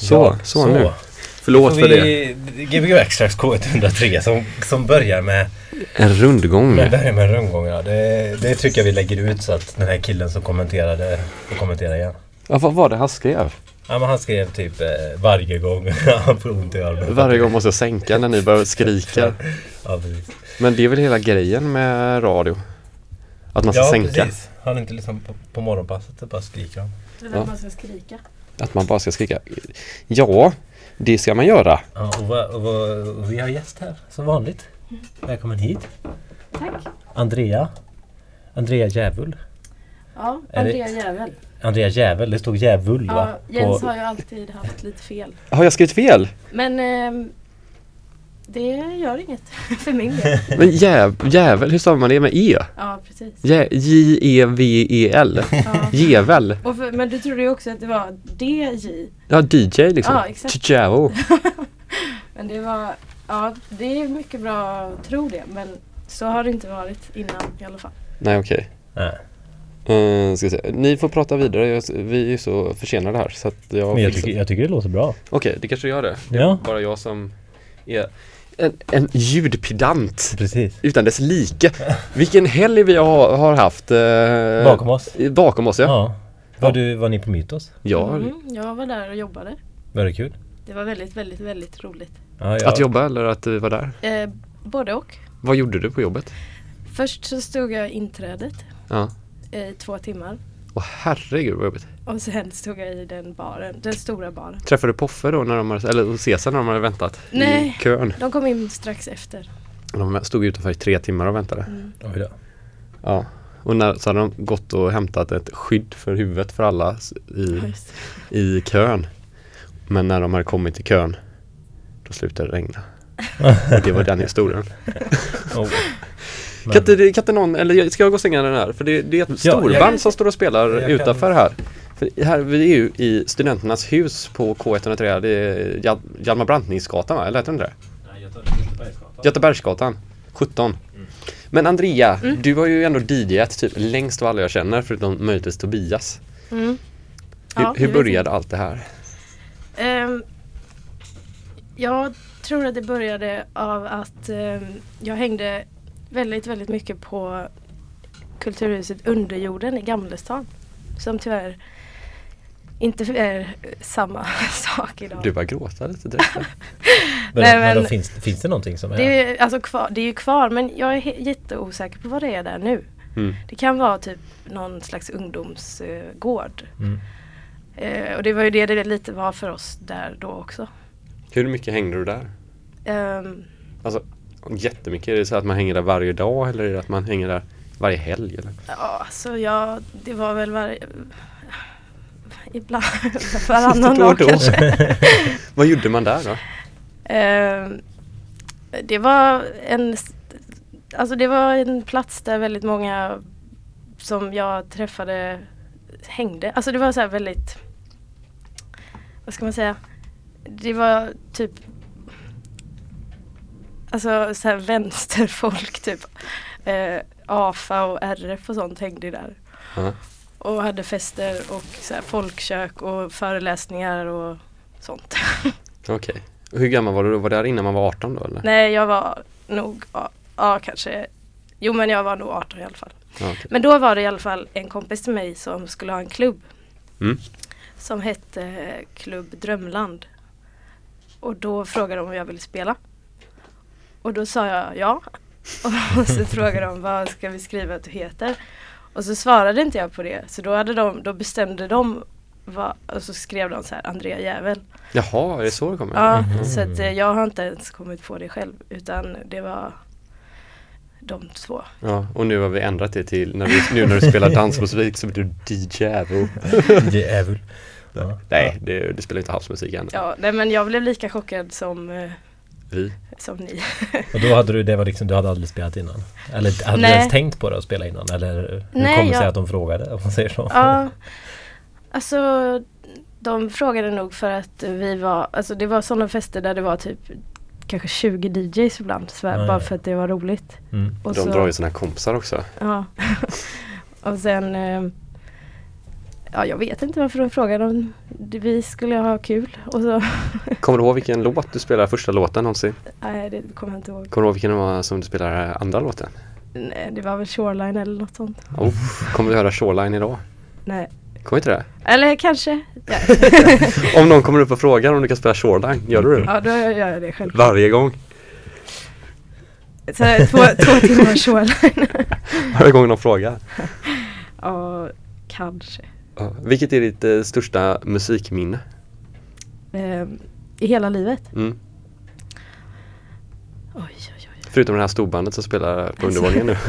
Så nu. Förlåt för det. Gbg Extracts K103 som börjar med en rundgång. Ja. Det tycker jag vi lägger ut så att den här killen som kommenterade får kommentera igen. Ja, vad var det han skrev? Ja, men han skrev typ varje gång han får ont i armen. Varje gång måste jag sänka när ni börjar skrika. Ja, precis. Men det är väl hela grejen med radio? Att man ska sänka. Ja, precis. Han är inte liksom på morgonpasset, det bara skriker han. Eller att man ska skrika. Att man bara ska skrika. Ja, det ska man göra. Ja, och vi har gäst här, som vanligt. Välkommen hit. Tack. Andrea Djävul. Ja, Andrea Djävel. Det stod Djävul, ja, va? Jens har ju alltid haft lite fel. Har jag skrivit fel? Men det gör inget för min del. Men jävel, hur stavar man det med E? Ja, precis. J-E-V-E-L. Ja. Jävel. Men du trodde ju också att det var DJ. Ja, DJ liksom. Ja, exakt. Tjavo. Men det var, ja, det är mycket bra att tro det. Men så har det inte varit innan i alla fall. Nej, okej. Nej. Ska se. Ni får prata vidare. Vi är ju så försenade här. Så att jag tycker det låter bra. Okej, det kanske gör det. Det är Ja. bara jag som är en ljudpedant. Precis. Utan dess like. Vilken helg vi har haft. Bakom oss, ja. Var ni på Mytos? Ja. Jag var där och jobbade. Var det kul? Det var väldigt, väldigt, väldigt roligt. Ja. Att jobba eller att du var där? Både och. Vad gjorde du på jobbet? Först så stod jag i inträdet. Ja. I 2 timmar. Åh herregud vad jobbigt. Och sen stod jag i den stora baren. Träffade du Poffe då eller Cesar när de hade väntat? Nej, i kön? De kom in strax efter. De stod utanför i 3 timmar och väntade. Oj då. Ja. Och så hade de gått och hämtat ett skydd för huvudet för alla i kön. Men när de hade kommit till kön, då slutade det regna. Och det var den historien. Kan inte någon, eller ska jag gå och stänga den här? För det är ett storband som står och spelar utanför här. För här. Vi är ju i studenternas hus på K103. Det är Hjalmar Brantningsgatan, va? Eller heter den det? Nej, Göteborgsgatan 17. Men Andrea, du har ju ändå DJat typ längst av alla jag känner, förutom möjligtvis Tobias. Hur började allt det här? Jag tror att det började av att jag hängde väldigt, väldigt mycket på Kulturhuset Underjorden i Gamlestan. Som tyvärr inte är samma sak idag. Du bara gråta lite direkt. Men då finns det någonting som är... Det är ju kvar, men jag är jätteosäker på vad det är där nu. Det kan vara typ någon slags ungdomsgård. Och det var ju det lite var för oss där då också. Hur mycket hängde du där? Alltså jättemycket. Är det så att man hänger där varje dag eller är det att man hänger där varje helg? Eller? Ja, så det var väl ibland varannan dag kanske. Vad gjorde man där då? Det var en plats där väldigt många som jag träffade hängde. Alltså det var så här väldigt, vad ska man säga? Det var typ alltså så här vänsterfolk typ. AFA och RF och sånt hängde där. Och hade fester och så här folkkök och föreläsningar och sånt. Okej. Hur gammal var du då? Var det där innan man var 18 då eller? Nej, jag var nog kanske. Jo, men jag var nog 18 i alla fall. Okay. Men då var det i alla fall en kompis till mig som skulle ha en klubb. Som hette Klubb Drömland. Och då frågade de om jag ville spela. Och då sa jag ja. Och så frågade de vad ska vi skriva att du heter. Och så svarade inte jag på det. Så då bestämde de och så skrev de så här Andrea Djävel. Jaha, är det så det kommer? Ja, så att jag har inte ens kommit på det själv. Utan det var de två. Ja, och nu har vi ändrat det till när du spelar dansmusik så blir du DJ-Ävul. DJ-Ävul. Ja. Nej, det spelar inte havsmusik än. Ja, nej, men jag blev lika chockad som som ni. Och då hade du hade aldrig spelat innan? Eller hade du ens tänkt på det att spela innan? Eller hur kommer det sig att de frågade, om man säger så? Ja, alltså de frågade nog för att det var sådana fester där det var typ kanske 20 DJs ibland, bara för att det var roligt. Och de drar ju såna här kompisar också. Ja. Och sen Ja, jag vet inte varför de frågade om vi skulle ha kul. Och så Kommer du ihåg vilken låt du spelade första låten någonsin? Nej, det kommer jag inte ihåg. Kommer du ihåg vilken det var som du spelade andra låten? Nej, det var väl Shoreline eller något sånt. Kommer du höra Shoreline idag? Nej. Kommer inte det? Eller kanske. Om någon kommer upp och frågar om du kan spela Shoreline, gör du det? Ja, då gör jag det själv. Varje gång? Så 2 timmar Shoreline. Varje gång någon frågar? Ja, kanske. Vilket är ditt största musikminne? I hela livet? Oj. Förutom det här storbandet som spelar på undervåningen nu.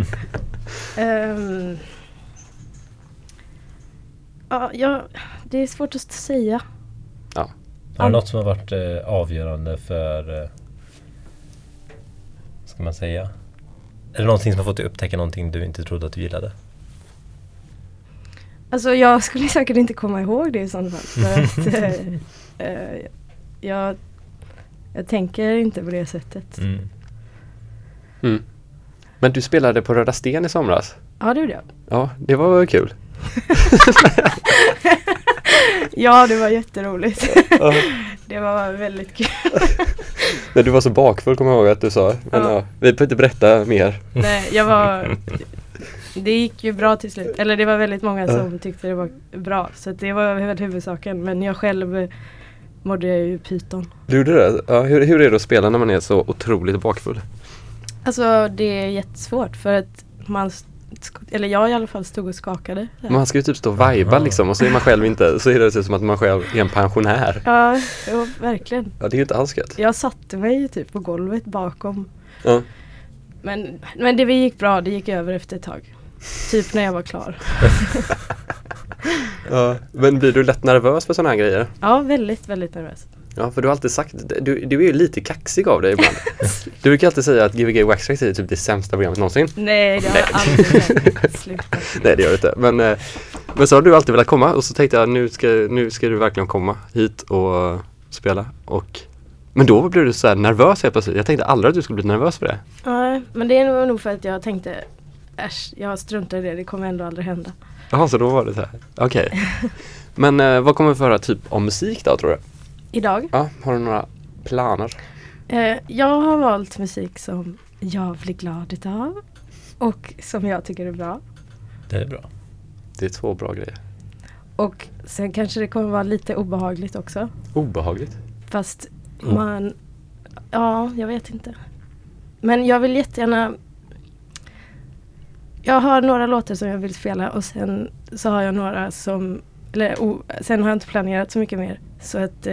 Ja, det är svårt att säga. Ja. Är det något som har varit avgörande för, ska man säga? Är det någonting som har fått dig upptäcka någonting du inte trodde att du gillade? Alltså jag skulle säkert inte komma ihåg det i sådana fall. För att jag tänker inte på det sättet. Men du spelade på Röda Sten i somras? Ja, det gjorde jag. Ja, det var kul. Ja, det var jätteroligt. Det var väldigt kul. Nej, du var så bakfull, kommer jag ihåg att du sa. Men vi får inte berätta mer. Nej, det gick ju bra till slut. Eller det var väldigt många som tyckte det var bra. Så det var väl huvudsaken. Men jag själv mådde jag ju pyton. Du gjorde det? Ja, hur är det att spela när man är så otroligt bakfull? Alltså det är jättesvårt för att eller jag i alla fall stod och skakade. Man ska ju typ stå och vajba liksom, och så är man själv inte, så är det som att man själv är en pensionär. Ja, verkligen. Ja, det är ju inte alls gött. Jag satte mig typ på golvet bakom. Ja. Men det gick bra, det gick över efter ett tag. Typ när jag var klar. Ja, men blir du lätt nervös för sådana här grejer? Ja, väldigt, väldigt nervös. Ja, för du har alltid sagt, du är ju lite kaxig av dig ibland. Du brukar alltid säga att Gbg Waxtrax är typ det sämsta programmet någonsin. Nej, det har jag aldrig slutat. Nej, det gör det inte. Men så har du alltid velat komma, och så tänkte jag nu ska du verkligen komma hit och spela. Men då blev du så här nervös helt plötsligt. Jag tänkte aldrig att du skulle bli nervös för det. Ja, men det är nog för att jag tänkte, jag struntar i det kommer ändå aldrig hända. Jaha, så då var det så här. Okej. Men vad kommer vi föra typ om musik då, tror du? Idag? Ja, har du några planer? Jag har valt musik som jag blir glad utav och som jag tycker är bra. Det är bra. Det är 2 bra grejer. Och sen kanske det kommer vara lite obehagligt också. Obehagligt? Fast jag vet inte. Men jag vill jättegärna, jag har några låtar som jag vill spela och sen så har jag några som, sen har jag inte planerat så mycket mer. Så att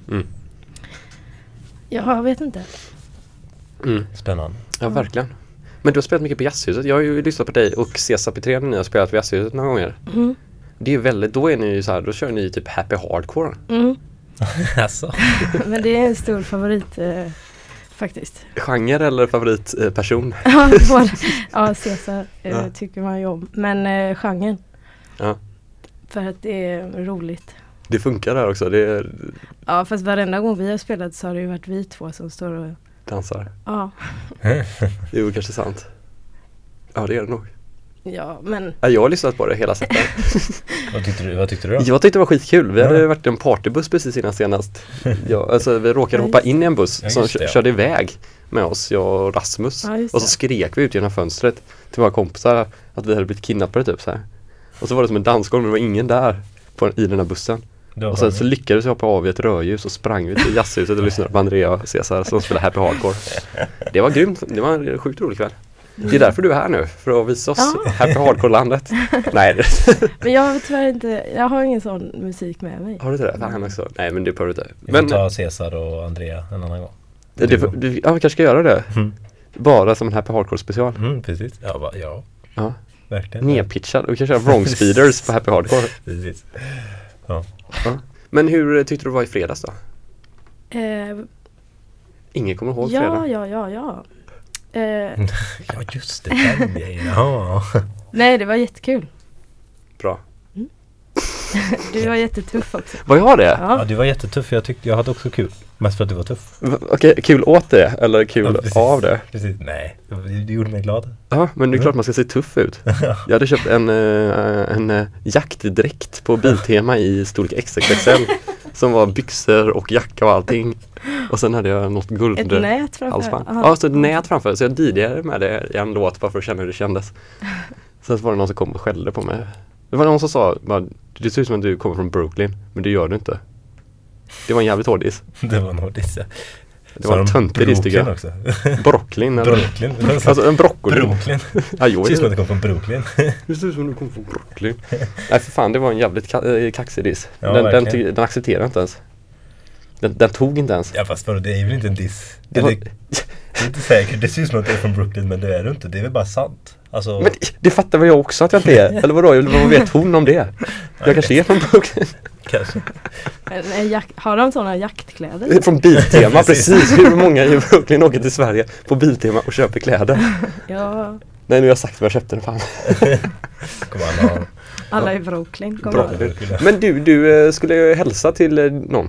jag vet inte. Spännande. Ja, verkligen. Men du har spelat mycket på Jazzhuset. Jag har ju lyssnat på dig och Cesar Petrén, ni har spelat på Jazzhuset några gånger. Det är väldigt, då är ni ju så här, då kör ni typ happy hardcore. Alltså. Men det är en stor favorit faktiskt. Genre eller favoritperson? Ja, Cesar tycker man ju om. Men genren. Ja. För att det är roligt. Det funkar där också. Ja, fast varenda gång vi har spelat så har det ju varit vi 2 som står och dansar. Ja. Det är ju kanske sant. Ja, det är det nog. Ja, men... Ja, jag har lyssnat på det hela sättet. Vad tyckte du då? Jag tyckte det var skitkul. Vi hade varit en partybuss precis innan senast. Vi råkade hoppa in i en buss som körde iväg med oss, jag och Rasmus. Och så skrek vi ut genom fönstret till våra kompisar att vi hade blivit kidnappade typ så här. Och så var det som en dansgolv, men det var ingen där i den här bussen. Och sen så lyckades vi hoppa av i ett rödljus och sprang vi till Jazzhuset och lyssnade på Andrea och Cesar som spelade happy hardcore. Det var grymt, det var en sjukt rolig kväll. Det är därför du är här nu, för att visa oss happy hardcore-landet. Nej. Men jag har tyvärr inte, jag har ingen sån musik med mig. Har du inte det? Fan också. Nej, men det behöver du inte. Vi får ta Cesar och Andrea en annan gång. Vi kanske ska göra det. Bara som en happy hardcore-special. Precis. Ja. Verkligen. Nedpitchad. Vi kan köra wrong speeders på happy hardcore. Precis. Ja. Men hur tyckte du var i fredags då? Ingen kommer ihåg fredag. Ja. Ja, just det. Ja. Nej, det var jättekul. Bra. Du var jättetuff också. Var jag det? Ja, du var jättetuff. Jag tyckte jag hade också kul. Mest för att du var tuff. Okej, kul åt det? Eller kul av det? Precis. Nej, du gjorde mig glad. Ja, men det är klart man ska se tuff ut. Jag hade köpt en jaktdräkt på Biltema i storlek XXL som var byxor och jacka och allting. Och sen hade jag något guld. Ett nät framför. Ja, så ett nät framför. Så jag DJade med det i en låt bara för att känna hur det kändes. Sen var det någon som kom och skällde på mig. Det var någon som sa, det ser ut som att du kommer från Brooklyn, men det gör du inte. Det var en jävligt hård diss. Det var en hård diss, ja. Det var en töntig diss tycker jag. Också. Brooklyn eller? Brooklyn. Alltså en broccoli. Brooklyn. Ja, jo, det ser ut som att du kom från Brooklyn. Det ser ut som att du kom från Brooklyn. Nej för fan, det var en jävligt kaxig diss. Ja, den accepterar inte ens. Den tog inte ens. Ja fast det är väl inte en diss. Det är inte säkert. Det ser ut som att du är från Brooklyn, men det är du inte. Det är väl bara sant. Alltså... Men det fattar väl jag också att jag inte är. Eller vadå? Vad vet hon om det? Jag kanske är från Brooklyn. Kanske. Har de sådana jaktkläder? Från Biltema, precis. Hur många i Brooklyn åker till Sverige på Biltema och köper kläder? Ja. Nej, nu har jag sagt vad jag köpte den fan. Alla i Brooklyn. Men du skulle hälsa till någon?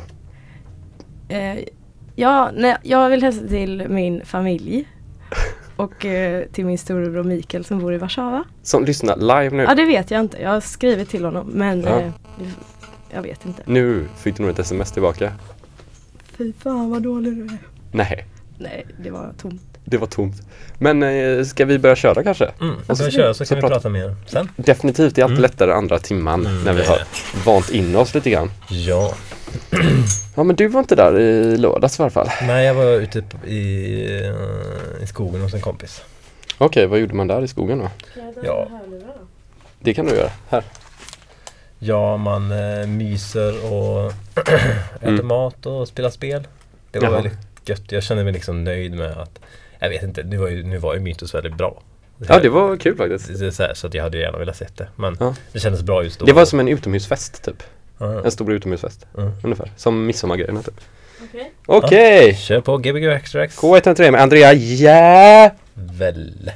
Jag vill hälsa till min familj. Och till min storebror Mikael som bor i Warszawa. Som lyssnar live nu? Ja, det vet jag inte. Jag har skrivit till honom, men jag vet inte. Nu fick du nog ett sms tillbaka. Fy fan vad dålig du är. Nej, det var tomt. Det var tomt. Men ska vi börja köra kanske? Börja köra så kan vi prata mer sen. Definitivt, det är alltid lättare andra timman när vi har vant in oss lite grann. Ja. Ja, men du var inte där i lördags i alla fall. Nej, jag var ute i skogen hos en kompis. Okej, vad gjorde man där i skogen då? Ja. Det kan du göra, här. Ja, man myser och äter mat och spelar spel. Det var väldigt gött. Jag kände mig liksom nöjd med att, jag vet inte, nu var ju Mythos väldigt bra. Ja, det var kul faktiskt. Så att jag hade gärna velat sett det. Men det kändes bra just då. Det var som en utomhusfest typ. En stor utomhusfest, ungefär. Som midsommargrejerna typ. Okej. Kör på Gbg Extrax. K103 med Andrea Jävel.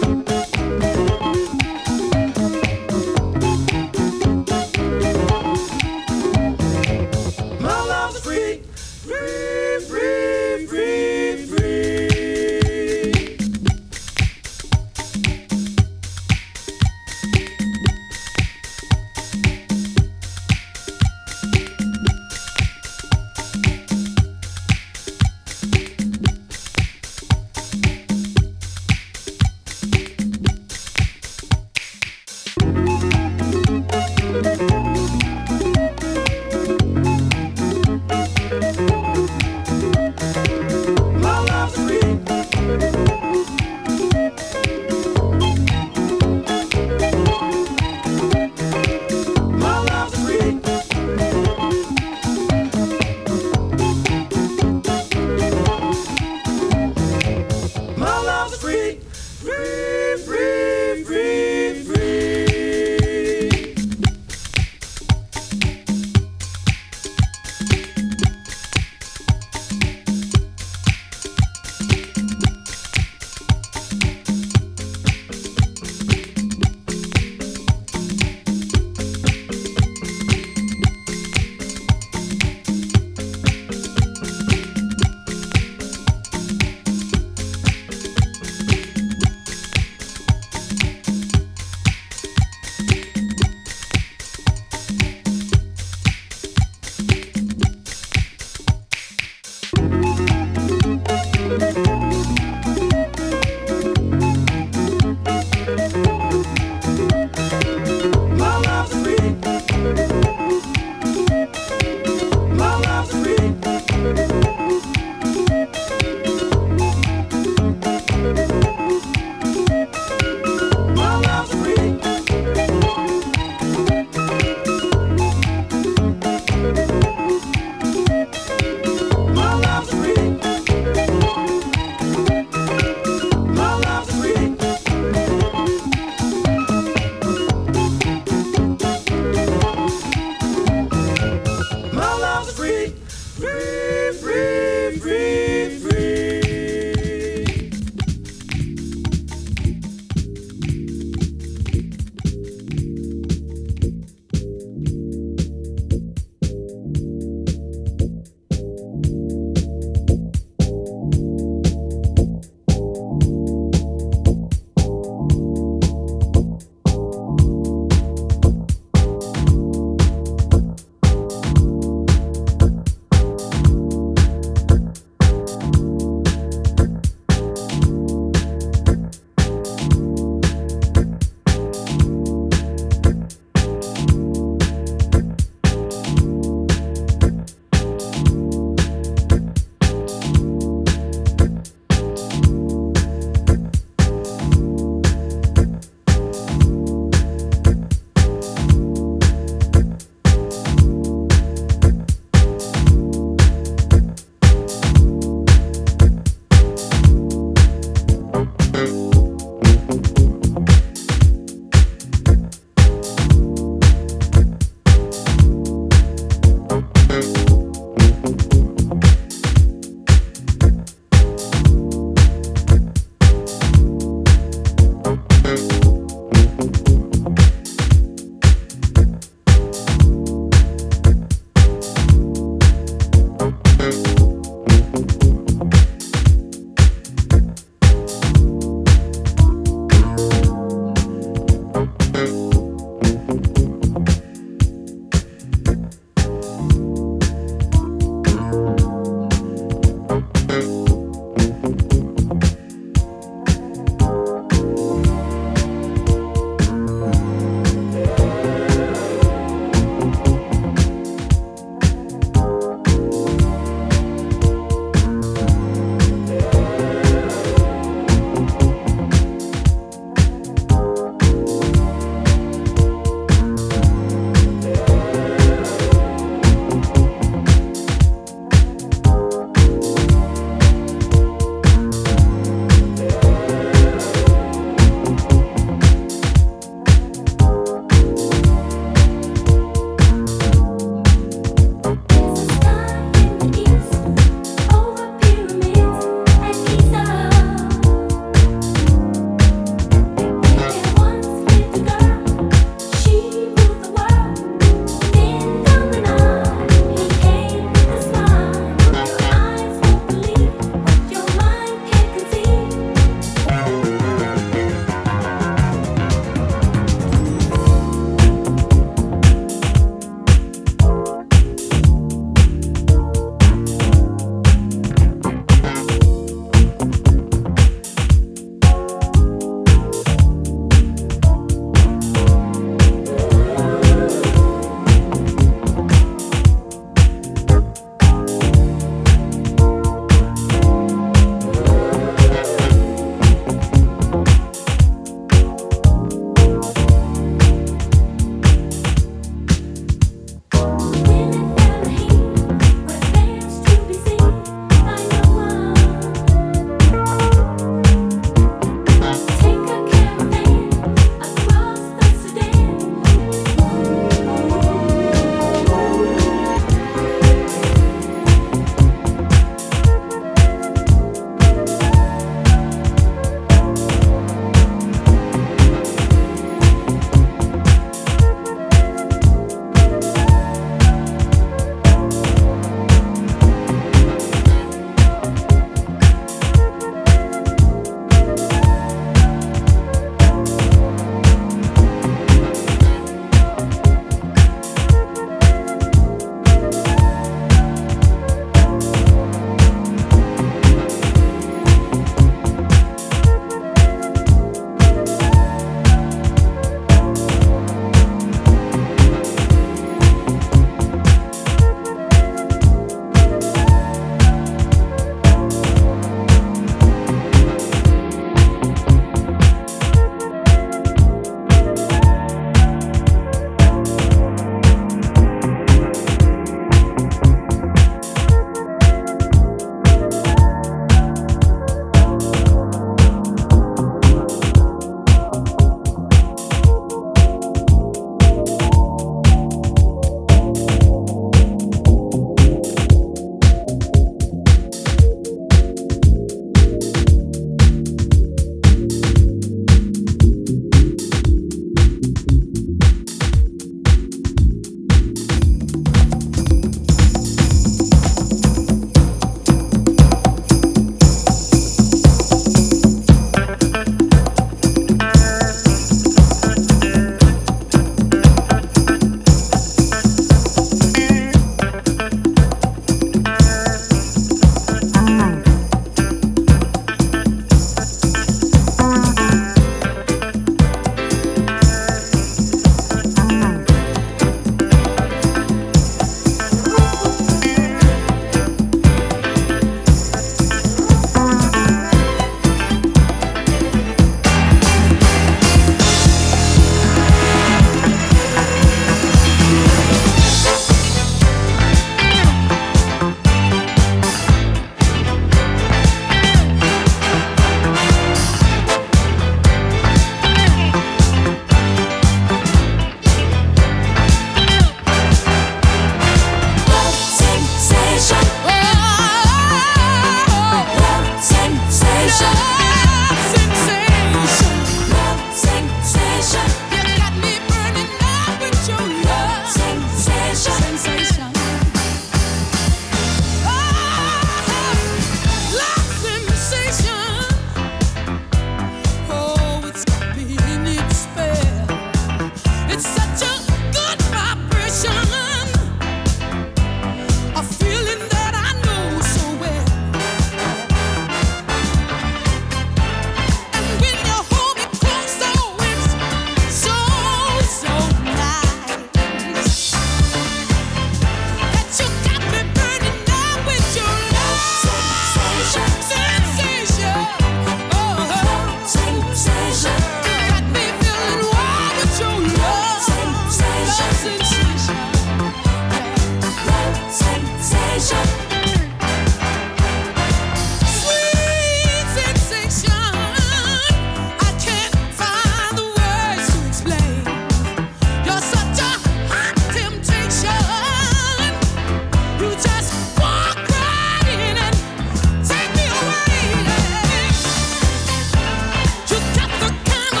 Kind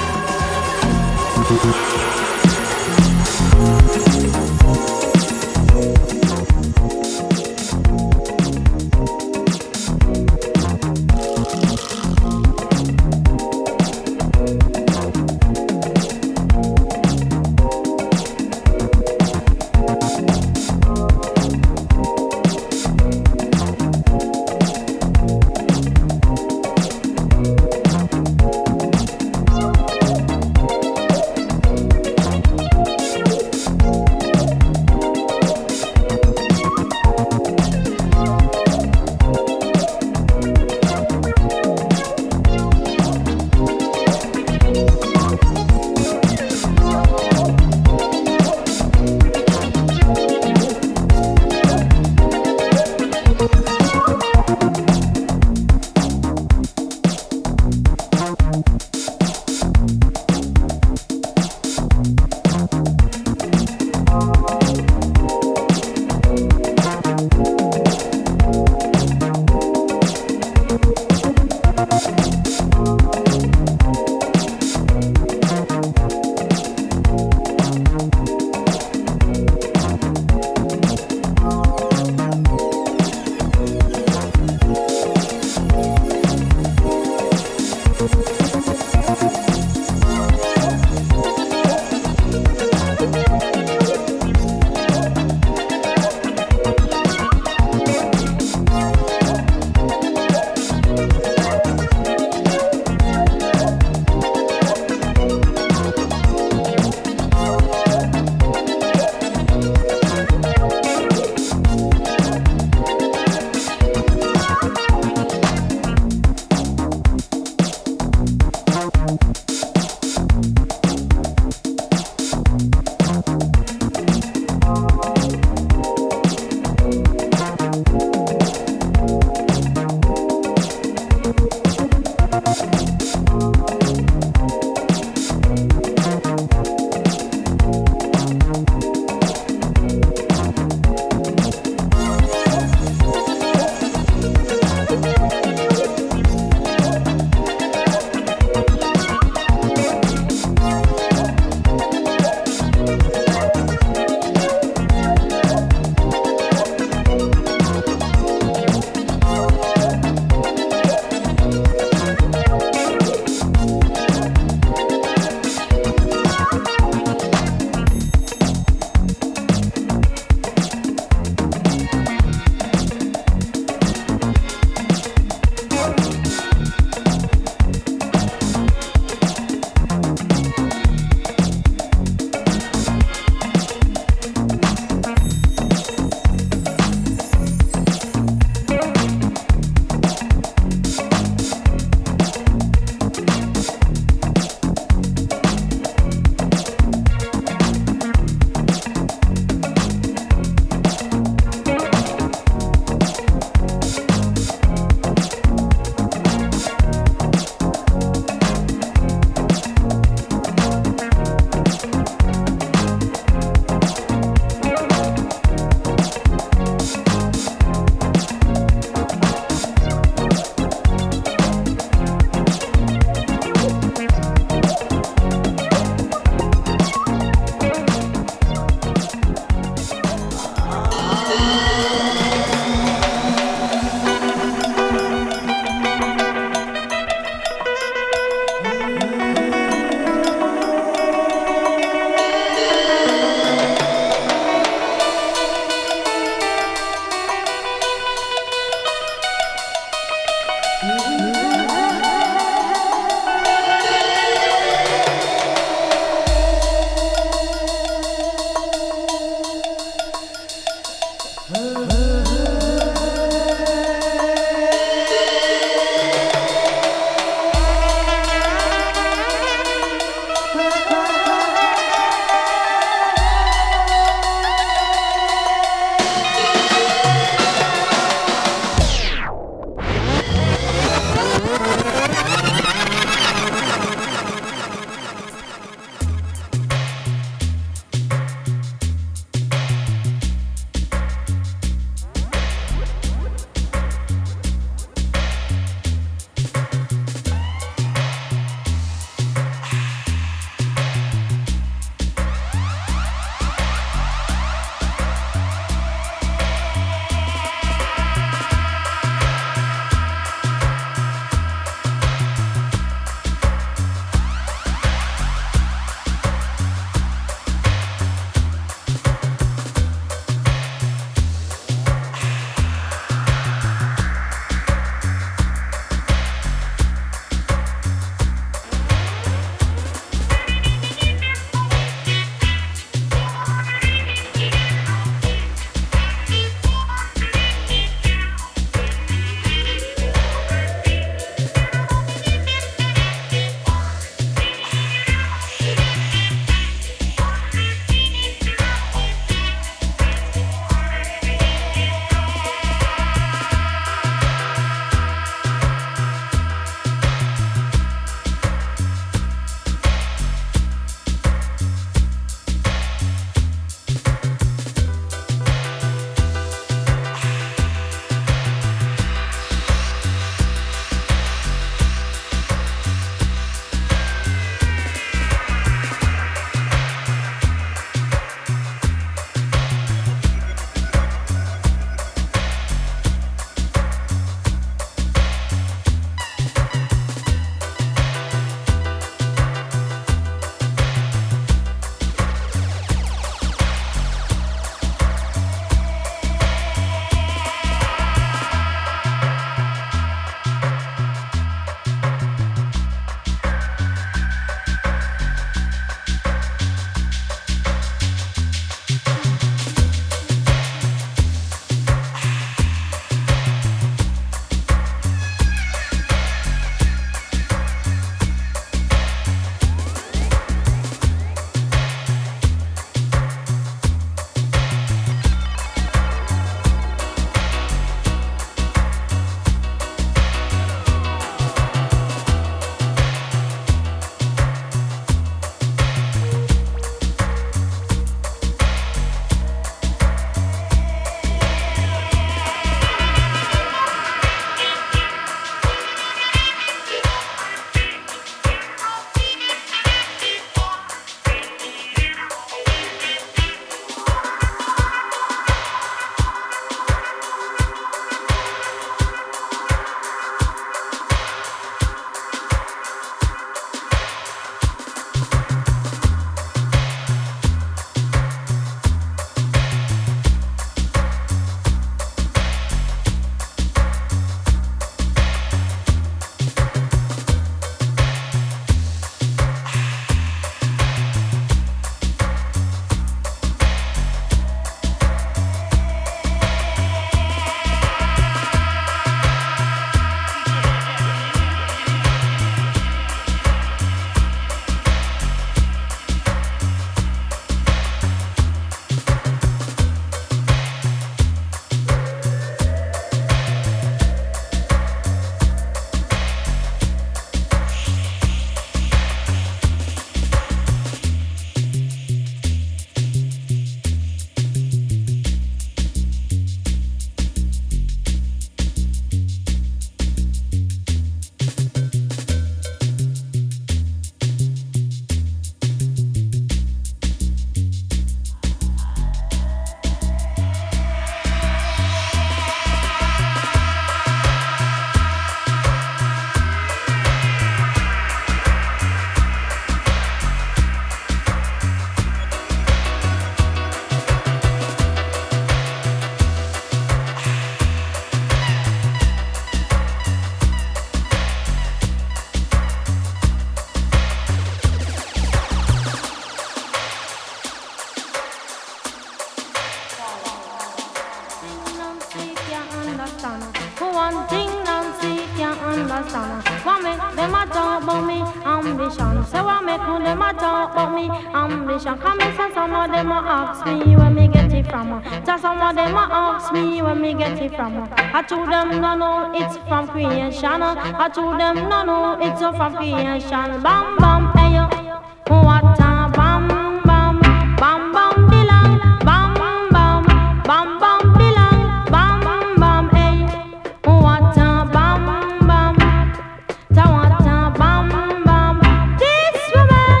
one thing Nancy can't understand. What make them a talk about me ambition? So what make them a talk about me ambition? Come and say some of them a ask me where me get it from. So some of them a ask me where me get it from. I told them no, it's from creation. I told them no, it's from creation. Bam bam, hey yo, what a bam bam, bam bam dilang, bam bam, bam bam dilang, bam bam, hey, what a bam bam, ta what a bam bam. This woman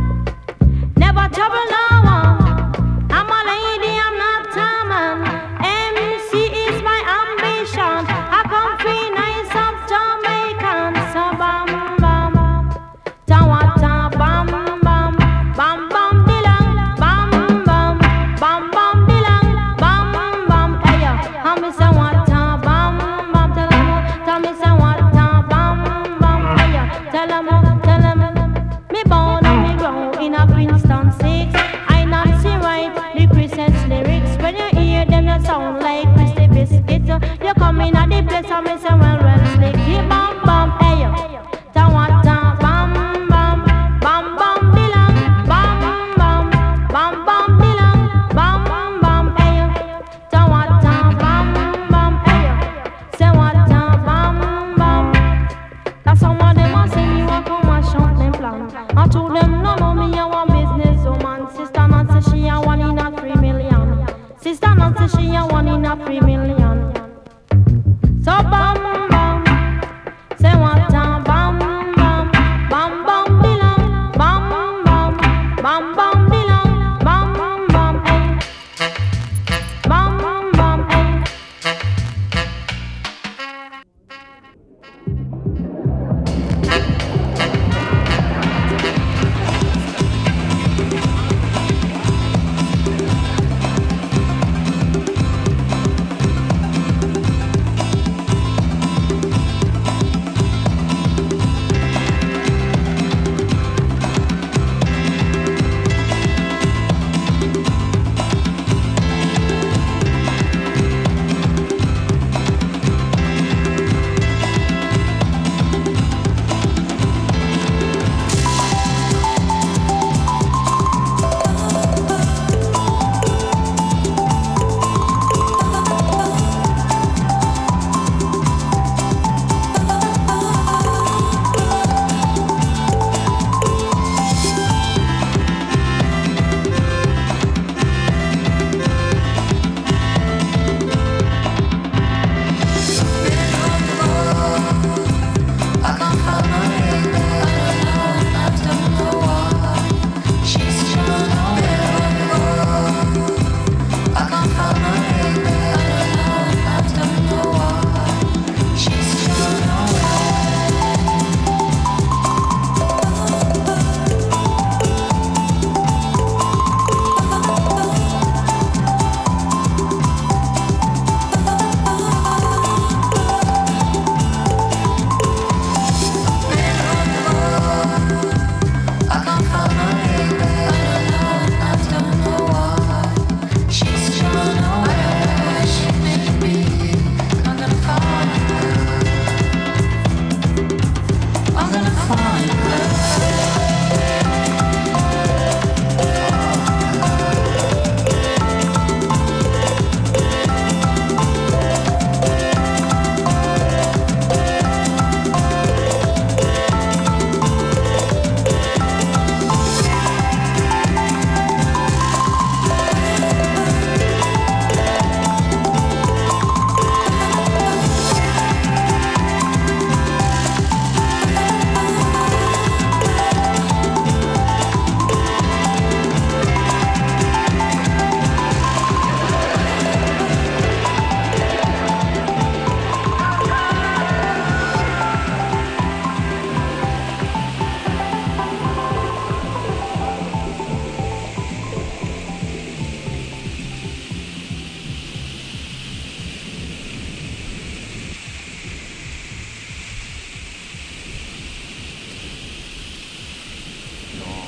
never trouble no one. I'm a lady, I'm not a man. MC is my ambition. I come free nice of Jamaican. So bam bam, ta what a bam bam, bam bam dilang, bam bam, bam bam dilang, bam bam. Hey yo, I me say what a bam bam. Tell me say what a bam bam. Hey yo, tell 'em, me born and me grow in a Princeton 6. I Nancy write the Christmas lyrics. When you hear them, you sound like Christy Biscuit. You come in at the place and me say well slick. You bam bam, hey yo, ta what a bam bam, bam bam dilang, bam bam, bam bam dilang, bam bam, hey yo, ta what a bam bam, hey yo, say what a bam bam. That's some of them a sing you a come and shout them plan. I told them no, me a one business woman. Sister Nancy she a 1 in a 3 million. Sister Nancy she a 1 in a 3 million. So bam bam, say what a bam bam, bam bam dilang, bam bam, bam bam dilang, bam bam, hey, bam bam, hey.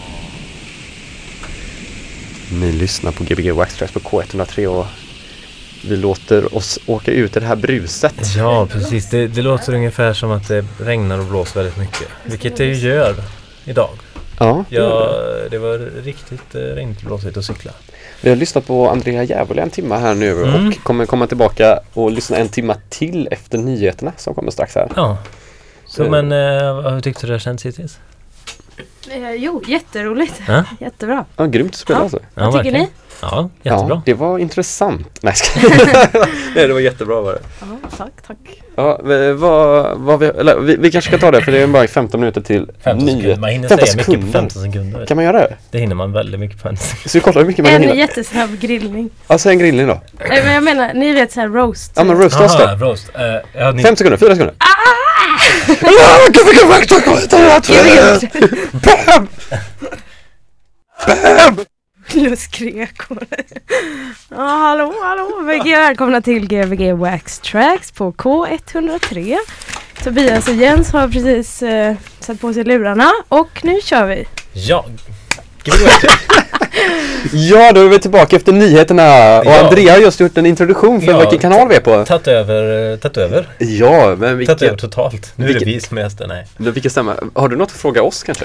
Ni lyssnar på Gbg Waxtrax på K103 och vi låter oss åka ut i det här bruset. Ja, precis. Det låter ungefär som att det regnar och blåser väldigt mycket. Vilket det ju gör idag. Ja, det var riktigt regnigt och blåsigt att cykla. vi har lyssnat på Andrea Djävole en timme här nu och kommer komma tillbaka och lyssna en timme till efter nyheterna som kommer strax här. Ja. Så men hur tyckte du det har känts hittills? Jo, jätteroligt. Jättebra. Ja, grymt att spela alltså. Vad tycker ni? Ja, jättebra. Ja, det var intressant. Nej, nej, det var jättebra var det. Ja, tack. Ja, vi kanske ska ta det för det är bara 15 minuter till 15 sekunder. Man hinner säga mycket på 15 sekunder. Kan man göra det? Det hinner man väldigt mycket på 15 sekunder. Så vi kollar hur mycket man hinner. En jättesnabb grillning. Alltså en grillning då? Nej, men jag menar, ni vet så här roast. Ja, men roast oss då. Roast. 5 sekunder, 4 sekunder. Bam! Nu skrek hon. Hallå. Välkomna till GVG Wax Tracks på K103. Tobias och Jens har precis satt på sig lurarna och nu kör vi. Ja. Ja, då är vi tillbaka efter nyheterna. Och Andrea har just gjort en introduktion för vilken kanal vi är på. Tagit över. Ja, men vilken... Tagit över totalt. Nu är det vi som är gäster, nej. Vilken stämma? Har du något att fråga oss kanske?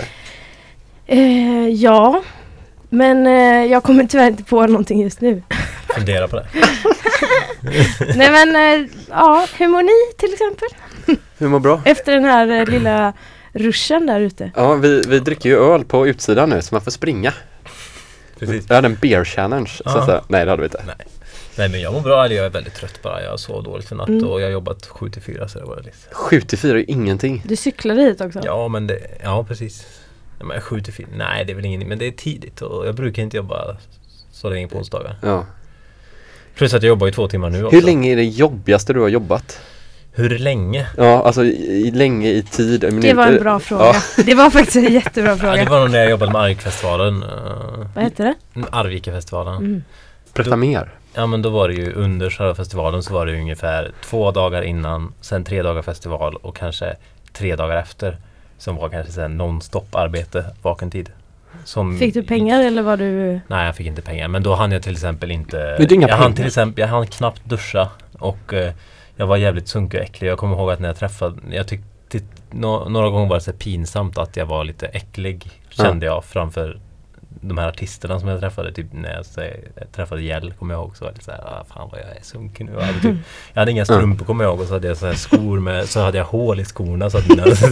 Ja, men jag kommer tyvärr inte på någonting just nu. Fundera på det. Nej men, hur mår ni till exempel? Hur mår bra? Efter den här lilla ruschen där ute. Ja, vi dricker ju öl på utsidan nu så man får springa. Precis. Jag hade en beer challenge. Så att, nej, det hade vi inte. Nej, men jag mår bra. Jag är väldigt trött bara. Jag sov dåligt för natt och jag har jobbat 7-4 så det var lite. 7-4 är ingenting. Du cyklade hit också? Ja, men precis. Ja, men 7-4. Nej, det är väl ingenting. Men det är tidigt och jag brukar inte jobba så länge på onsdagar. Ja. Plus att jag jobbar i 2 timmar nu också. Hur länge är det jobbigaste du har jobbat? Hur länge? Ja, alltså länge i tid. Det var en bra fråga. Ja. Det var faktiskt en jättebra fråga. Ja, det var nog när jag jobbade med Arvikafestivalen. Vad heter det? Arvikafestivalen. Berätta mer. Ja, men då var det ju under själva festivalen så var det ungefär 2 dagar innan, sen 3 dagar festival och kanske 3 dagar efter som var kanske sen non-stop arbete, vaken tid. Fick du pengar eller var du... Nej, jag fick inte pengar. Men då hann jag till exempel inte... Jag hann knappt duscha och jag var jävligt sunkig och äcklig. Jag kommer ihåg att när jag träffade... Jag tyckte några gånger var det så pinsamt att jag var lite äcklig, kände jag, framför de här artisterna som jag träffade. Typ när jag träffade Gäll, kommer jag ihåg, så var det så här, fan vad jag är sunkig nu. Jag hade inga strumpor, kommer jag ihåg, och så hade jag så här skor med, så hade jag hål i skorna så att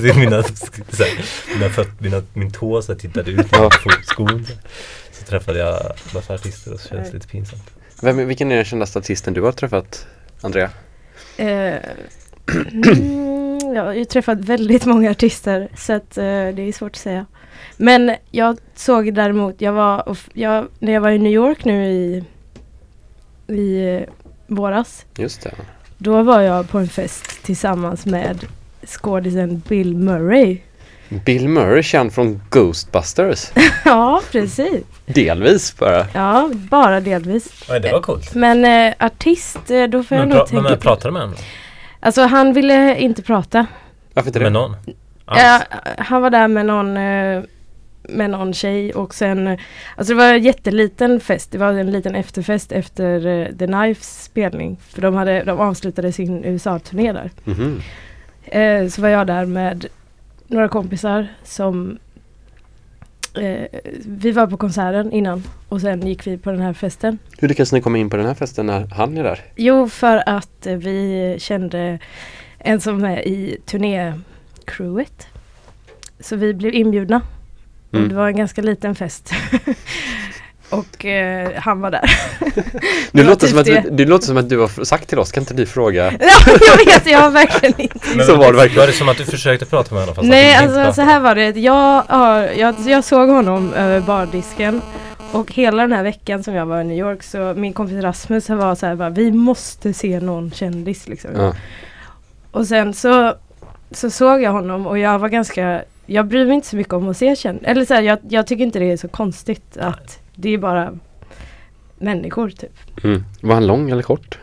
min tå så tittade ut på skon. Så träffade jag massa artister och så kändes det lite pinsamt. Vilken är den kändaste artisten du har träffat, Andrea? Jag har ju träffat väldigt många artister så att det är svårt att säga. Men jag såg däremot, när jag var i New York nu i våras. Just det. Då var jag på en fest tillsammans med skådisen Bill Murray. Bill Murray, känd från Ghostbusters. Ja, precis. Delvis bara. Ja, bara delvis. Ja, det var coolt. Men artist, då får jag nog tänka... Men pratade med honom? Alltså han ville inte prata. Varför inte det? Med någon? Han var där med någon tjej och sen, alltså det var en jätteliten fest. Det var en liten efterfest efter The Knifes spelning. För de avslutade sin USA-turné där. Mm-hmm. Så var jag där med några kompisar som vi var på konserten innan och sen gick vi på den här festen. Hur lyckades ni komma in på den här festen när han är där? Jo, för att vi kände en som är i turnécrewet. Så vi blev inbjudna. Och det var en ganska liten fest. Och han var där. Det låter som att du har sagt till oss, kan inte du fråga? Ja, jag vet, jag har verkligen inte. Men så var det verkligen. Var det som att du försökte prata med honom? Nej, alltså så här var det. Jag såg honom över bardisken. Och hela den här veckan som jag var i New York så min kompis Rasmus var så här, vi måste se någon kändis liksom. Ja. Och sen så såg jag honom och jag bryr mig inte så mycket om att se kändis. Eller så här, jag tycker inte det är så konstigt att det är bara människor typ. Var han lång eller kort?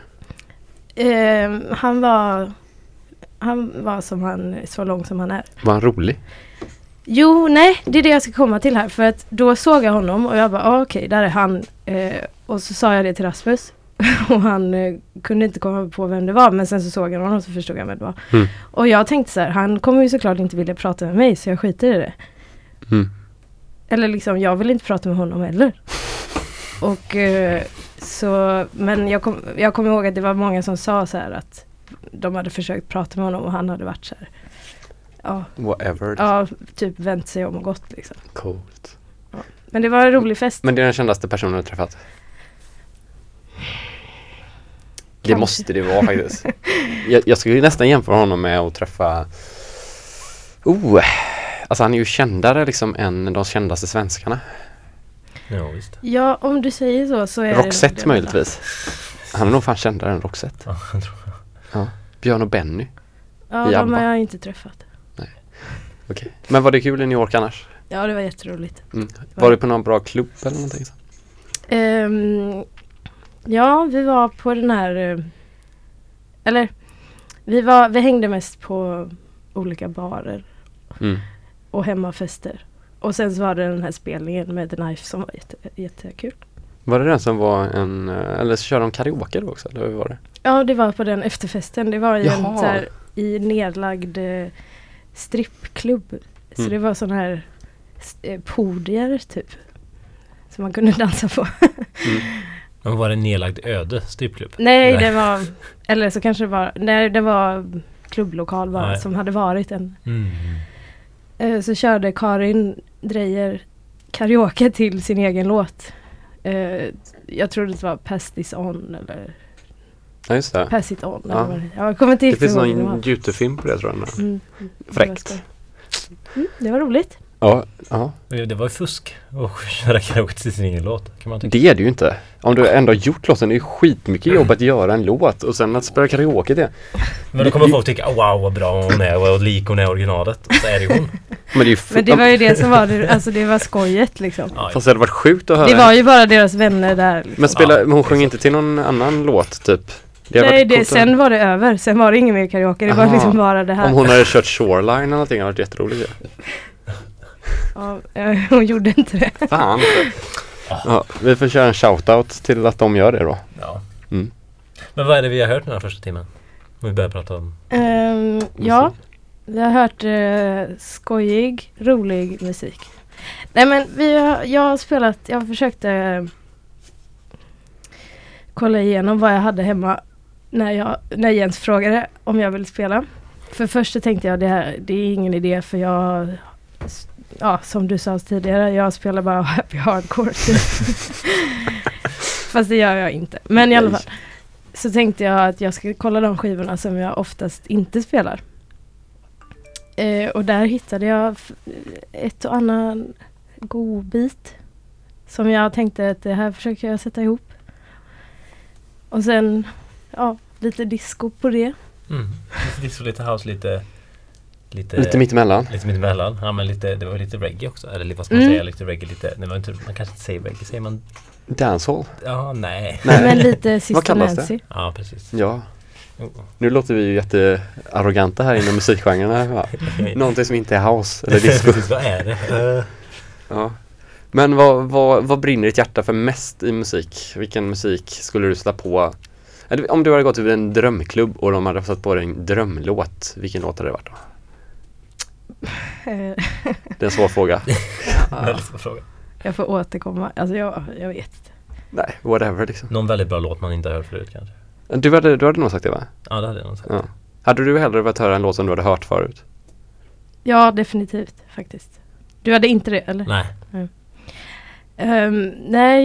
Han var så lång som han är. Var han rolig? Jo, nej, det är det jag ska komma till här. För att då såg jag honom och jag bara, okej, där är han. Och så sa jag det till Rasmus. Och han kunde inte komma på vem det var. Men sen så såg han honom och så förstod han vem det var. Mm. Och jag tänkte så här, han kommer ju såklart inte vilja prata med mig. Så jag skiter i det. Mm. Eller liksom, jag vill inte prata med honom heller. Och så, men jag kommer ihåg att det var många som sa så här att de hade försökt prata med honom och han hade varit så här. Ja, Whatever. ja, typ vänt sig om och gått liksom. Coolt. Ja. Men det var en rolig fest. Men det är den kändaste personen du träffat? Det måste det vara faktiskt. Jag skulle ju nästan jämföra honom med att träffa... Alltså han är ju kändare liksom än de kändaste svenskarna. Ja, visst. Ja, om du säger så är Roxette det möjligtvis. Han är nog fan kändare än Roxette. Ja, jag tror jag. Ja. Björn och Benny. Ja, i de ABBA. har jag inte träffat. Okej. Men var det kul i New York annars? Ja, det var jätteroligt. Mm. Var du på någon bra klubb eller någonting? Så? Ja, vi var på den här... eller, vi hängde mest på olika barer Mm. och hemmafester. Och sen så var det den här spelningen med The Knife som var jättekul. Var det den som var en... Eller så körde de karaoke då också? Eller hur var det? Ja, det var på den efterfesten. Det var i en Jaha. så här, i nedlagd strippklubb. Så det var sån här podier typ. Som man kunde dansa på. Men var det en nedlagd öde strippklubb? Nej, det var... Eller så kanske det var... Nej, det var klubblokal bara, Nej. som hade varit en... Mm. Så körde Karin Dreyer karaoke till sin egen låt. Jag tror det var Pass This On eller Ja, just det. Pass It On. Ja. Eller vad det. Jag kommer inte Det riktigt finns ihåg vad det var. någon YouTube-film på det tror jag. Fräckt. Det var roligt. Ja. Det var ju fusk att köra karaoke till sin egen låt, kan man tycka. Det är det ju inte. Om du ändå har gjort låten, det är ju skitmycket jobb att göra en låt och sen att spela karaoke det. Men då kommer folk tycka, wow vad bra hon är och vad lik hon är originalet. Och så är det ju hon. Men det var ju det som var det, alltså det var skojet liksom. Ja, Fast det hade varit sjukt att höra. Det var ju bara deras vänner där. Liksom. Men hon sjöng inte till någon annan låt typ? Nej, sen var det över. Sen var det ingen mer karaoke. Det var liksom bara det här. Om hon hade kört Shoreline eller någonting hade det varit jätteroligt. Ja, hon gjorde inte det. Fan. Ja, vi får köra en shoutout till att de gör det då. Ja. Mm. Men vad är det vi har hört den här första timmen? Om vi börjar prata om... Ja, vi har hört skojig, rolig musik. Nej men jag försökte kolla igenom vad jag hade hemma när Jens frågade om jag ville spela. För först så tänkte jag det är ingen idé för jag, som du sa tidigare, jag spelar bara happy hardcore. Fast det gör jag inte. Men i alla fall så tänkte jag att jag skulle kolla de skivorna som jag oftast inte spelar. Och där hittade jag ett och annan god bit som jag tänkte att det här försöker jag sätta ihop. Och sen lite disco på det. Lite disco, lite house, lite mittemellan. Lite mittemellan. Ja, men det var lite reggae också. Eller vad ska man säga? Lite reggae, lite... Nej, man kanske inte säger reggae. Säger man... Dancehall? Ja, nej. Men lite Vad kallas Nancy. det? Ja, precis. Ja. Nu låter vi ju jättearroganta här inom musikgenrerna. Någonting som inte är house eller disco. Vad är det? Ja. Men vad brinner ditt hjärta för mest i musik? Vilken musik skulle du sätta på? Eller om du hade gått till en drömklubb och de hade satt på dig en drömlåt, vilken låt hade det varit då? Det är en svår fråga. Väldigt svår fråga. Jag får återkomma. Alltså jag vet inte. Nej, whatever liksom. Någon väldigt bra låt man inte har hört förut kanske. Du hade nog sagt det, va? Ja, det hade jag nog sagt. Ja. Hade du hellre velat höra en låt som du hade hört förut? Ja, definitivt faktiskt. Du hade inte det, eller? Nej. Nej,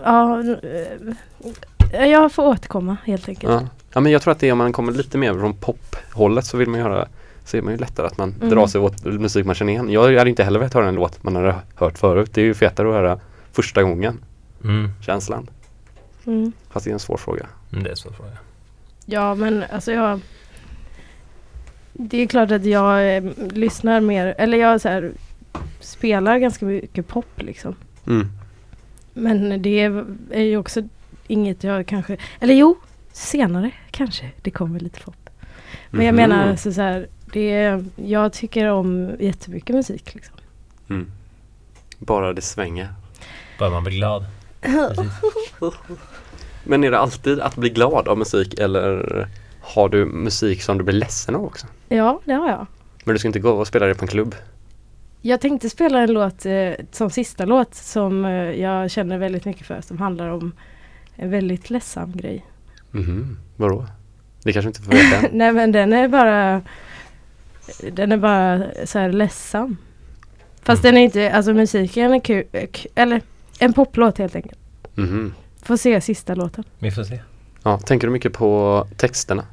jag får återkomma helt enkelt. Ja, men jag tror att det är om man kommer lite mer från pophållet så vill man göra, så är man ju lättare att man drar sig åt musik man känner igen. Jag hade inte heller velat höra en låt man hade hört förut. Det är ju fetare att höra första gången. Känslan. Fast det är en svår fråga. Det är en svår fråga. Ja, men alltså det är klart att jag lyssnar mer, eller jag så här, spelar ganska mycket pop liksom. Men det är ju också inget jag kanske, eller jo, senare kanske det kommer lite pop. Men jag menar så här, jag tycker om jättemycket musik liksom. Bara det svänger. Bara man blir glad. Men är det alltid att bli glad av musik eller har du musik som du blir ledsen av också? Ja, det har jag. Men du ska inte gå och spela det på en klubb? Jag tänkte spela en låt som sista låt som jag känner väldigt mycket för, som handlar om en väldigt ledsam grej. Vadå? Det kanske inte får veta. Nej, men den är bara så här ledsam. Fast den är inte, alltså musiken är kul, eller en poplåt helt enkelt. Får se sista låten. Vi får se. Ja, tänker du mycket på texterna?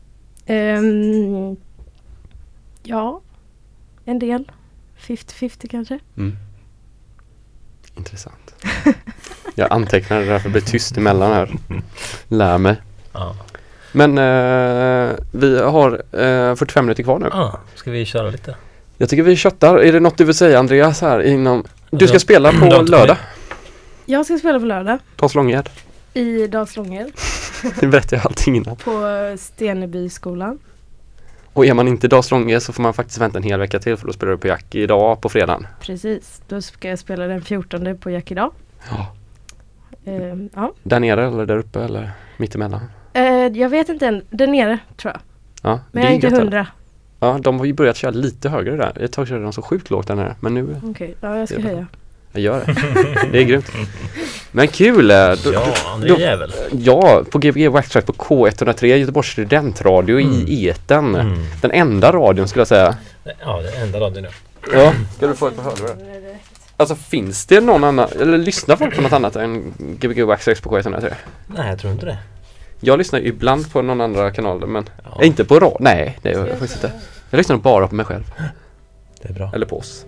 Ja, en del. 50-50 kanske. Intressant. Jag antecknar det därför blir tyst emellan här. Lär mig. Ja. Men vi har 45 minuter kvar nu. Ja, ska vi köra lite? Jag tycker vi köttar. Är det något du vill säga, Andreas, här inom... Du ska spela på lördag. Jag ska spela på lördag. Dalslånged. I Dalslånged. Det berättar jag allting innan. På Stenebyskolan. Och är man inte i Dalslånged så får man faktiskt vänta en hel vecka till, för då spelar du på Jack idag på fredagen. Precis, då ska jag spela den 14 på Jack idag. Ja. Ja. Där nere eller där uppe eller mittemellan? Jag vet inte än, där nere tror jag. Ja, men jag är inte 100. Ja, de har ju börjat köra lite högre där. Ett tag körde de så sjukt lågt där nere, men nu... Okej, ja, jag ska höja. Jag gör det. Det är grymt. Men kul! Ja, André jävel. Ja, på Gbg Waxtrack på K103 Göteborgs studentradio i eten. Den enda radion skulle jag säga. Ja, den enda radion. Ja, ska du få ett par hörlurar? Alltså finns det någon annan, eller lyssnar folk på något annat än Gbg Waxtrack på K103? Nej, jag tror inte det. Jag lyssnar ibland på någon andra kanal, men inte på radio. Nej, det är jag faktiskt inte. Jag lyssnar bara på mig själv. Det är bra. Eller på oss.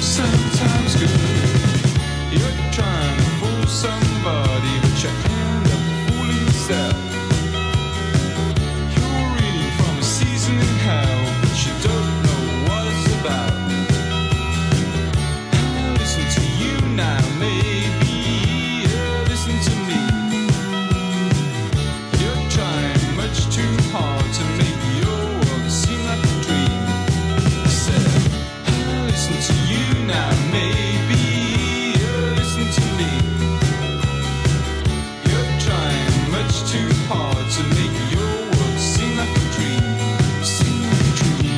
sometimes good. You're trying to fool somebody, but you end up fooling yourself. You're reading from a season in hell, but you don't know what it's about. I'll listen to you now, maybe you'll listen to me. You're trying much too hard to make your world seem like a dream. I said, I'll listen to you now, maybe you'll listen to me. You're trying much too hard to make your world seem like a dream. Seem like a dream.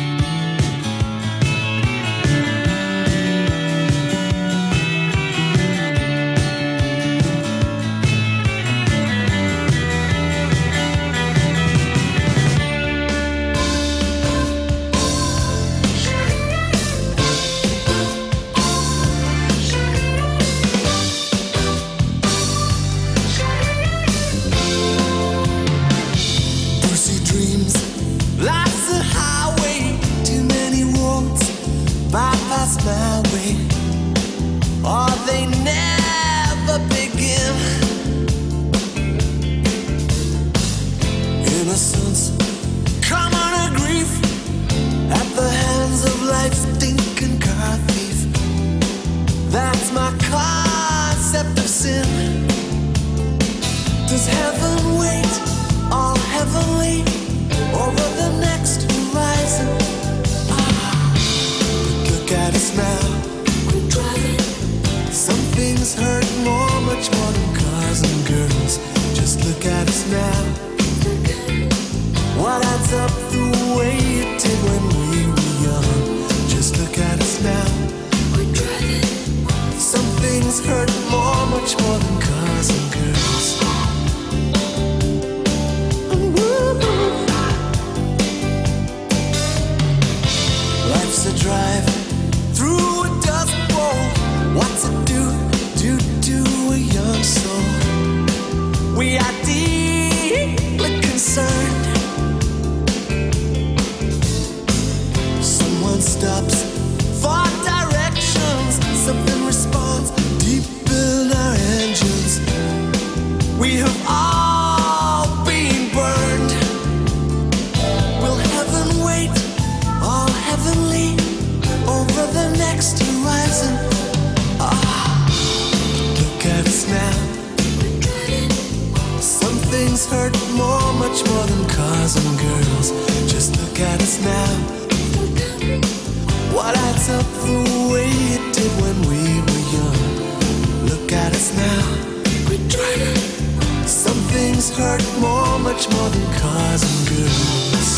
Pussy dreams, life's a highway, too many roads bypass my way, or they never begin. Innocence, common a grief, at the hands of life's stinking car thief. That's my concept of sin. Does heaven wait, all heavenly, over the next horizon? But look at us now, we're driving. Some things hurt more, much more than cars and girls. Just look at us now. What adds up the way it did when we were young? Just look at us now, we're driving. Some things hurt more, much more than cars and girls. Life's a drive through a dust bowl. What's it do to a young soul? We are deeply concerned. Someone stops for directions. Something responds deep in our engines. We have all been burned. Will heaven wait, all heavenly, over the next horizon? Look at us now. Some things hurt more, much more than cars and girls. Just look at us now. What adds up the way it did when we were young? Look at us now. We're driving. Some things hurt more, much more than cars and girls.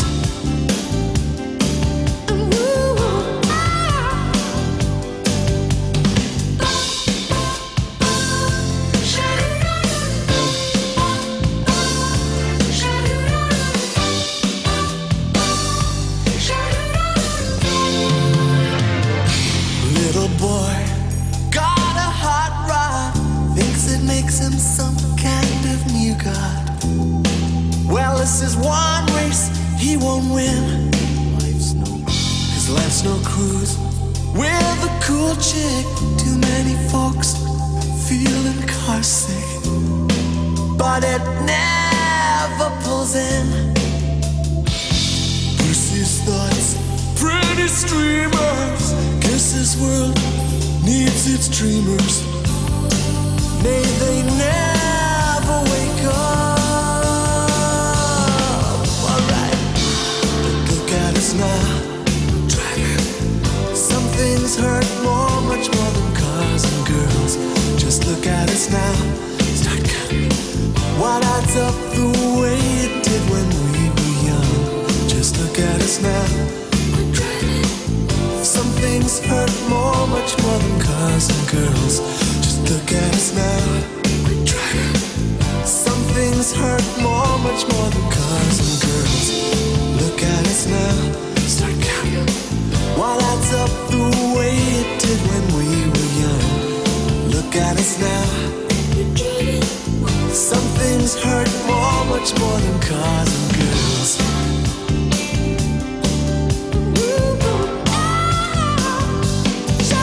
Little boy got a hot rod, thinks it makes him some kind of new god. Well, this is one race he won't win. Cause life's no cruise with a cool chick. Too many folks feeling car sick, but it never pulls in. Bruce's thoughts, pretty streamers. Guess this world needs its dreamers. May they never wake up. Alright, look at us now. Driving. Some things hurt more, much more than cars and girls. Just look at us now. Start counting. What adds up the way it did when we were young? Just look at us now. We're driving. Some things hurt more, much more than cars and girls. Just look at us now. We're driving. Some things hurt more, much more than cars and girls. Look at us now. Start counting. What adds up the way it did when we were young? Look at us now. We're driving. Some things hurt more, much more than cars and girls. Shut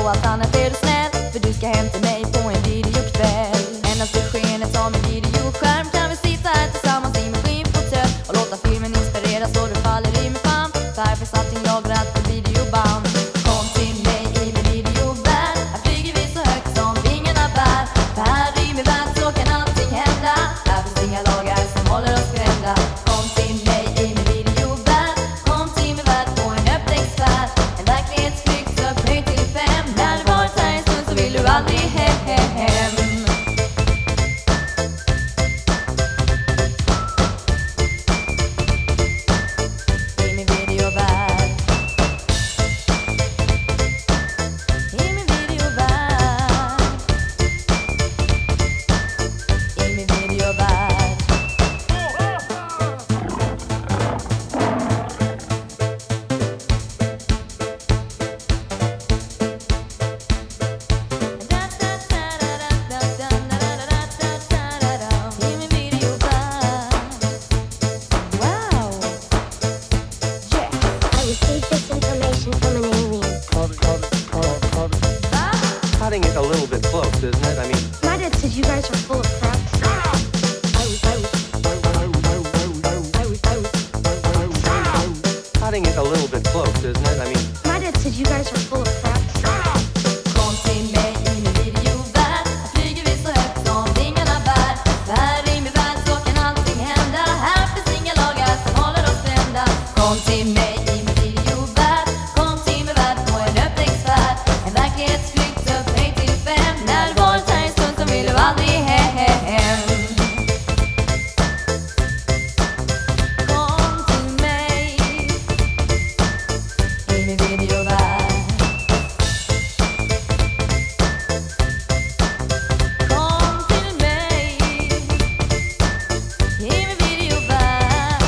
allt annat är du snäll, för du ska hem till mig på en videokväll. Endast i skenet som en videoskärm kan vi sitta här tillsammans i min skinnfåtölj och låta filmen inspirera så du faller i min famn. För finns allting lagrat på videoband. Kom till mig i min videovärld, här flyger vi så högt som vingarna bär. För här i min värld så kan allting hända, här finns inga lagar som håller oss skrämda. Kom till mig i min videovärld, kom till min värld på en upptäcktsfärd. En verklighetsflykt upphöjd till 5. När du varit här en stund så vill du aldrig hem. Cutting it a little bit close, isn't it? I mean, My dad said you guys are full of crap. cutting it a little bit close, isn't it? I mean, My dad said you guys are full of crap. Kom till mig i min videovärld, här flyger vi så högt som vingarna bär. För här i min värld så kan allting hända, här finns inga lagar som håller oss spända. Kom till mig i min videovärld, kom till min värld på en upptäcktsfärd. En verklighetsflykt upphöjd till 5. När du varit här en stund så vill du aldrig hem. Kom till mig i min videovärld. Kom till mig i min videovärld.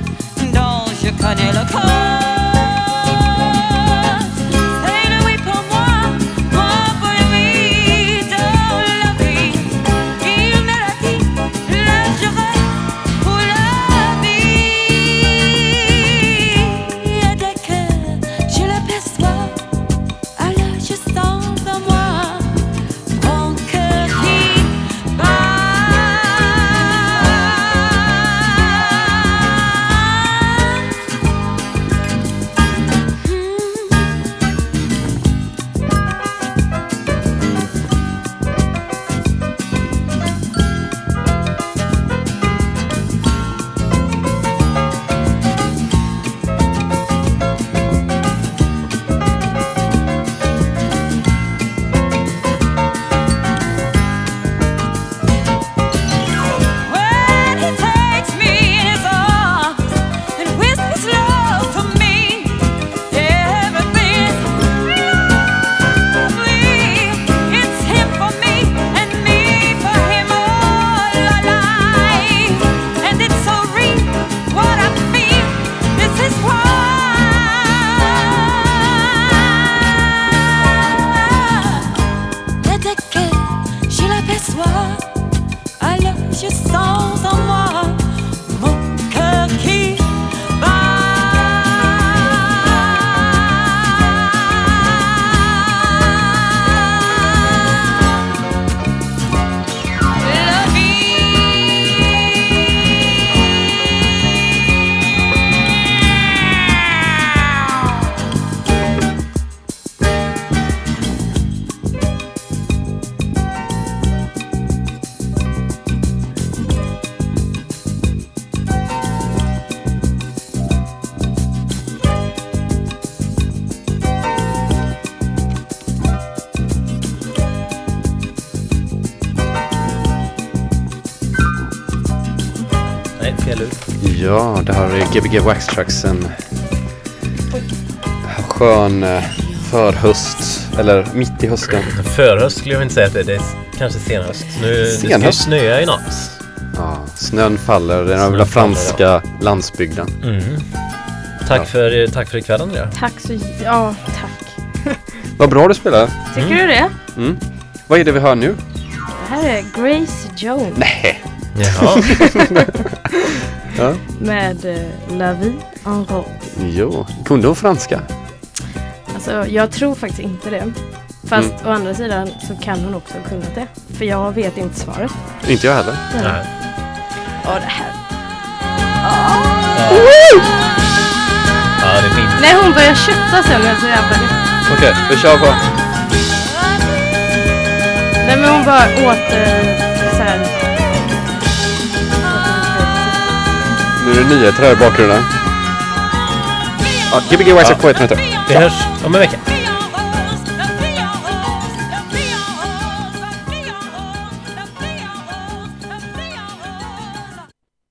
connais le code. C'est le oui pour moi. spelur. Ja, det här är Gbg Wax Tracks, en skön förhöst, eller mitt i hösten. Förhöst skulle jag inte säga att det är kanske senhöst. Nu ska ju snöa i natt. Ja, snön faller, den här lilla franska landsbygden. Tack för ikväll, Andrea. Tack tack. Vad bra du spelar. Tycker du det? Vad är det vi hör nu? Det här är Grace Jones. Nej. Jaha. Ja. Med La Vie en Rose. Jo, kunde hon franska? Alltså, jag tror faktiskt inte det. Fast å andra sidan så kan hon också ha kunnat det. För jag vet inte svaret. Inte jag heller. Nej. Ja, det här. Ja, det är fint. Nej, hon börjar kötta sen. Jag är så jävla det. Okej, vi kör på. Nej, men hon bara åt så här. Nu är det nyheter här i bakgrunden. Ja, Gbg Wax på 1 minuter. Vi hörs om en vecka.